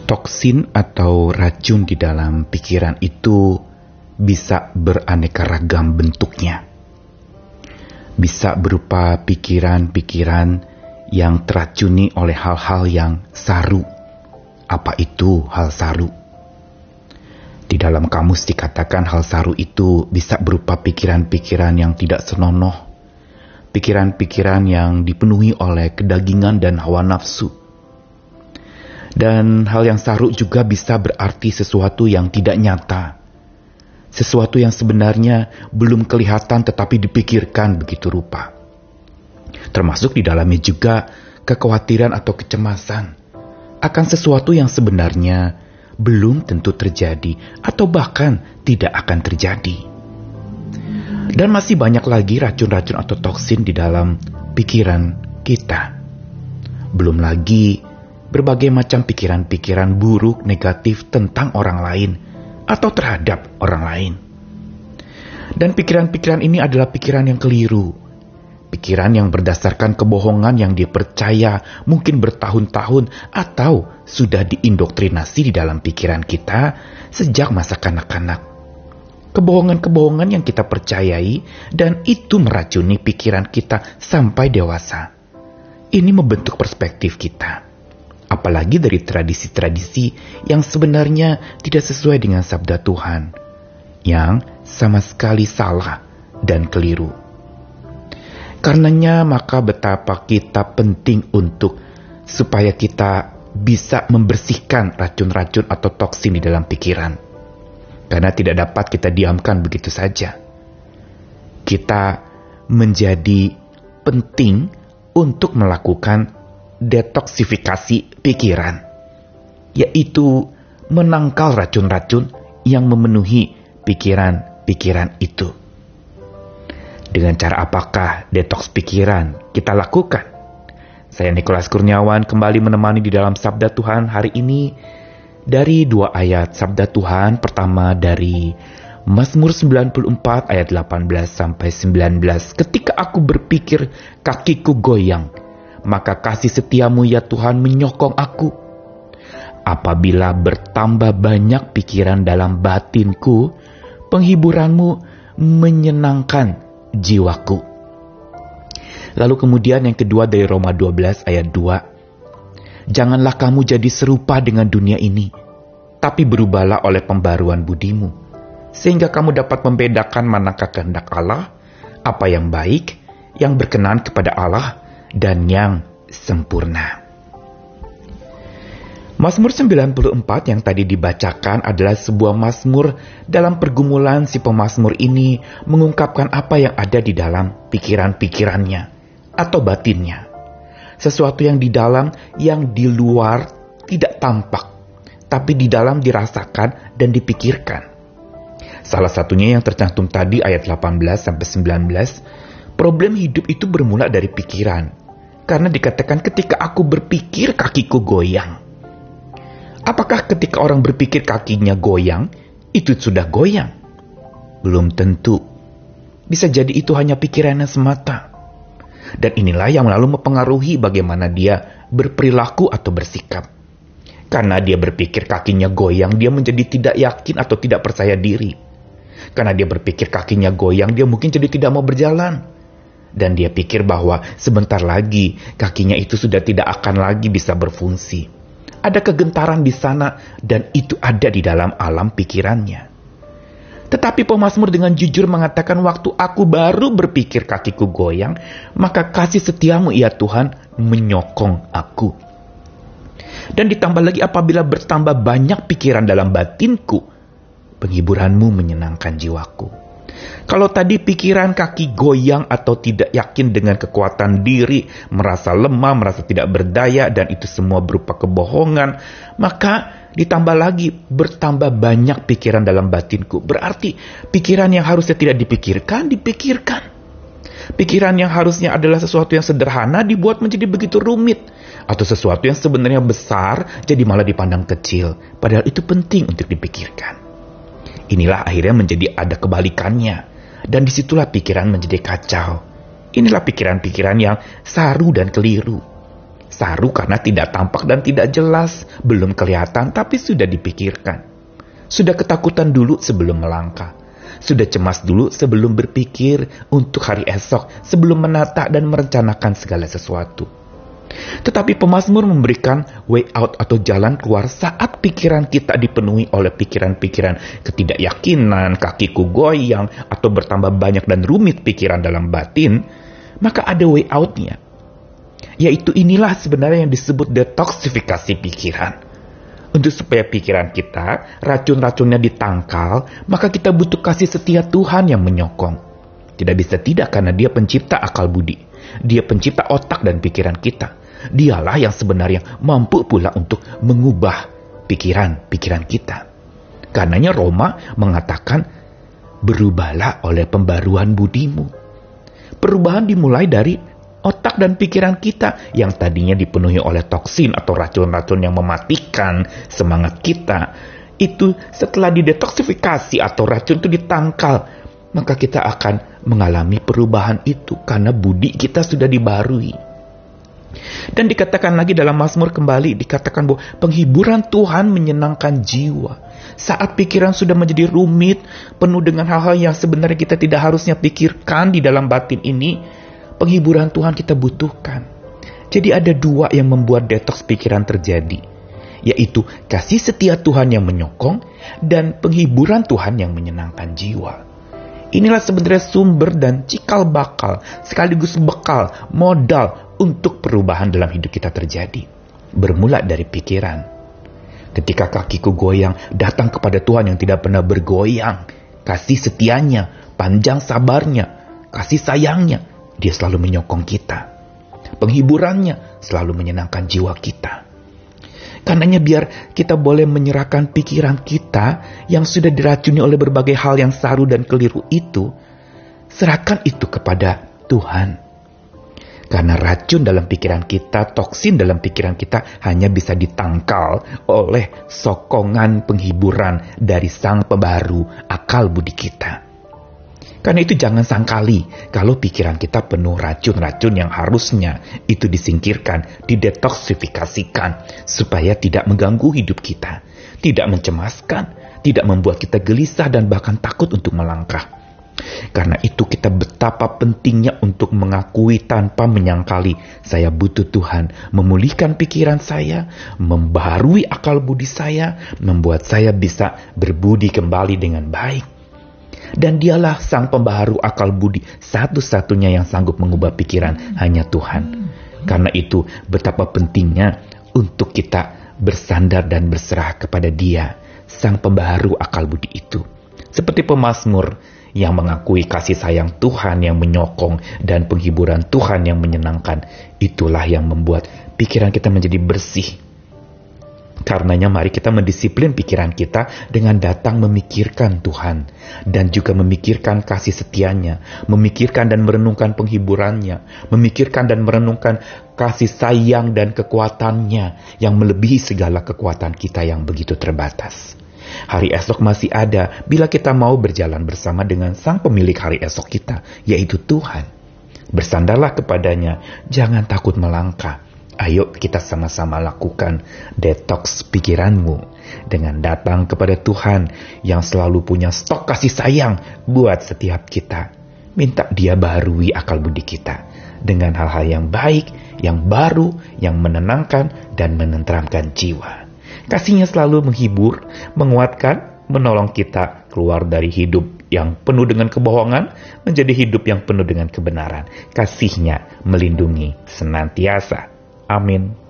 Toksin atau racun di dalam pikiran itu bisa beraneka ragam bentuknya. Bisa berupa pikiran-pikiran yang teracuni oleh hal-hal yang saru. Apa itu hal saru? Di dalam kamus dikatakan hal saru itu bisa berupa pikiran-pikiran yang tidak senonoh, pikiran-pikiran yang dipenuhi oleh kedagingan dan hawa nafsu. Dan hal yang saru juga bisa berarti sesuatu yang tidak nyata, sesuatu yang sebenarnya belum kelihatan tetapi dipikirkan begitu rupa. Termasuk di dalamnya juga kekhawatiran atau kecemasan akan sesuatu yang sebenarnya belum tentu terjadi atau bahkan tidak akan terjadi. Dan masih banyak lagi racun-racun atau toksin di dalam pikiran kita. Belum lagi berbagai macam pikiran-pikiran buruk negatif tentang orang lain atau terhadap orang lain. Dan pikiran-pikiran ini adalah pikiran yang keliru. Pikiran yang berdasarkan kebohongan yang dipercaya mungkin bertahun-tahun atau sudah diindoktrinasi di dalam pikiran kita sejak masa kanak-kanak. Kebohongan-kebohongan yang kita percayai dan itu meracuni pikiran kita sampai dewasa. Ini membentuk perspektif kita. Apalagi dari tradisi-tradisi yang sebenarnya tidak sesuai dengan sabda Tuhan, yang sama sekali salah dan keliru. Karenanya maka betapa kita penting untuk supaya kita bisa membersihkan racun-racun atau toksin di dalam pikiran. Karena tidak dapat kita diamkan begitu saja. Kita menjadi penting untuk melakukan detoksifikasi pikiran, yaitu menangkal racun-racun yang memenuhi pikiran-pikiran itu. Dengan cara apakah detoks pikiran kita lakukan? Saya Nikolas Kurniawan kembali menemani di dalam Sabda Tuhan hari ini dari 2 ayat Sabda Tuhan. Pertama dari Mazmur 94 ayat 18-19. Ketika aku berpikir kakiku goyang, maka kasih setiamu ya Tuhan menyokong aku. Apabila bertambah banyak pikiran dalam batinku, penghiburanmu menyenangkan jiwaku. Lalu kemudian yang kedua dari Roma 12 ayat 2. Janganlah kamu jadi serupa dengan dunia ini, tapi berubahlah oleh pembaruan budimu, sehingga kamu dapat membedakan manakah kehendak Allah, apa yang baik, yang berkenan kepada Allah, dan yang sempurna. Mazmur 94 yang tadi dibacakan adalah sebuah mazmur dalam pergumulan si pemazmur ini mengungkapkan apa yang ada di dalam pikiran-pikirannya atau batinnya. Sesuatu yang di dalam, yang di luar tidak tampak, tapi di dalam dirasakan dan dipikirkan. Salah satunya yang tercantum tadi ayat 18-19, problem hidup itu bermula dari pikiran. Karena dikatakan ketika aku berpikir kakiku goyang. Apakah ketika orang berpikir kakinya goyang, itu sudah goyang? Belum tentu. Bisa jadi itu hanya pikirannya semata. Dan inilah yang lalu mempengaruhi bagaimana dia berperilaku atau bersikap. Karena dia berpikir kakinya goyang, dia menjadi tidak yakin atau tidak percaya diri. Karena dia berpikir kakinya goyang, dia mungkin jadi tidak mau berjalan. Dan dia pikir bahwa sebentar lagi kakinya itu sudah tidak akan lagi bisa berfungsi. Ada kegentaran di sana dan itu ada di dalam alam pikirannya. Tetapi pemazmur dengan jujur mengatakan waktu aku baru berpikir kakiku goyang, maka kasih setiamu ya Tuhan menyokong aku. Dan ditambah lagi apabila bertambah banyak pikiran dalam batinku, penghiburanmu menyenangkan jiwaku. Kalau tadi pikiran kaki goyang atau tidak yakin dengan kekuatan diri, merasa lemah, merasa tidak berdaya, dan itu semua berupa kebohongan, maka ditambah lagi bertambah banyak pikiran dalam batinku. Berarti pikiran yang harusnya tidak dipikirkan, dipikirkan. Pikiran yang harusnya adalah sesuatu yang sederhana dibuat menjadi begitu rumit. Atau sesuatu yang sebenarnya besar jadi malah dipandang kecil. Padahal itu penting untuk dipikirkan. Inilah akhirnya menjadi ada kebalikannya. Dan disitulah pikiran menjadi kacau. Inilah pikiran-pikiran yang saru dan keliru. Saru karena tidak tampak dan tidak jelas, belum kelihatan tapi sudah dipikirkan. Sudah ketakutan dulu sebelum melangkah. Sudah cemas dulu sebelum berpikir untuk hari esok, sebelum menata dan merencanakan segala sesuatu. Tetapi pemazmur memberikan way out atau jalan keluar saat pikiran kita dipenuhi oleh pikiran-pikiran ketidakyakinan, kakiku goyang, atau bertambah banyak dan rumit pikiran dalam batin, maka ada way out-nya. Yaitu inilah sebenarnya yang disebut detoksifikasi pikiran. Untuk supaya pikiran kita, racun-racunnya ditangkal, maka kita butuh kasih setia Tuhan yang menyokong. Tidak bisa tidak karena Dia pencipta akal budi. Dia pencipta otak dan pikiran kita. Dialah yang sebenarnya mampu pula untuk mengubah pikiran-pikiran kita. Karenanya Roma mengatakan, berubahlah oleh pembaruan budimu. Perubahan dimulai dari otak dan pikiran kita yang tadinya dipenuhi oleh toksin atau racun-racun yang mematikan semangat kita. Itu setelah didetoksifikasi atau racun itu ditangkal, maka kita akan mengalami perubahan itu karena budi kita sudah dibarui. Dan dikatakan lagi dalam Mazmur kembali, dikatakan bahwa penghiburan Tuhan menyenangkan jiwa. Saat pikiran sudah menjadi rumit, penuh dengan hal-hal yang sebenarnya kita tidak harusnya pikirkan di dalam batin ini, penghiburan Tuhan kita butuhkan. Jadi ada dua yang membuat detoks pikiran terjadi, yaitu kasih setia Tuhan yang menyokong dan penghiburan Tuhan yang menyenangkan jiwa. Inilah sebenarnya sumber dan cikal bakal, sekaligus bekal, modal untuk perubahan dalam hidup kita terjadi. Bermula dari pikiran. Ketika kakiku goyang, datang kepada Tuhan yang tidak pernah bergoyang. Kasih setianya, panjang sabarnya, kasih sayangnya, Dia selalu menyokong kita. Penghiburannya selalu menyenangkan jiwa kita. Karenanya biar kita boleh menyerahkan pikiran kita yang sudah diracuni oleh berbagai hal yang saru dan keliru itu, serahkan itu kepada Tuhan. Karena racun dalam pikiran kita, toksin dalam pikiran kita hanya bisa ditangkal oleh sokongan penghiburan dari Sang Pembaharu akal budi kita. Karena itu jangan sangkali kalau pikiran kita penuh racun-racun yang harusnya itu disingkirkan, didetoksifikasikan, supaya tidak mengganggu hidup kita, tidak mencemaskan, tidak membuat kita gelisah dan bahkan takut untuk melangkah. Karena itu kita betapa pentingnya untuk mengakui tanpa menyangkali, saya butuh Tuhan memulihkan pikiran saya, membaharui akal budi saya, membuat saya bisa berbudi kembali dengan baik. Dan Dialah Sang Pembaharu akal budi, satu-satunya yang sanggup mengubah pikiran, hanya Tuhan. Karena itu betapa pentingnya untuk kita bersandar dan berserah kepada Dia, Sang Pembaharu akal budi itu. Seperti pemazmur yang mengakui kasih sayang Tuhan yang menyokong dan penghiburan Tuhan yang menyenangkan, itulah yang membuat pikiran kita menjadi bersih. Karenanya mari kita mendisiplin pikiran kita dengan datang memikirkan Tuhan, dan juga memikirkan kasih setianya, memikirkan dan merenungkan penghiburannya, memikirkan dan merenungkan kasih sayang dan kekuatannya yang melebihi segala kekuatan kita yang begitu terbatas. Hari esok masih ada bila kita mau berjalan bersama dengan Sang Pemilik hari esok kita, yaitu Tuhan. Bersandarlah kepadanya, jangan takut melangkah. Ayo kita sama-sama lakukan detoks pikiranmu dengan datang kepada Tuhan yang selalu punya stok kasih sayang buat setiap kita. Minta Dia baharui akal budi kita dengan hal-hal yang baik, yang baru, yang menenangkan dan menenteramkan jiwa. Kasih-Nya selalu menghibur, menguatkan, menolong kita keluar dari hidup yang penuh dengan kebohongan menjadi hidup yang penuh dengan kebenaran. Kasih-Nya melindungi senantiasa. Amin.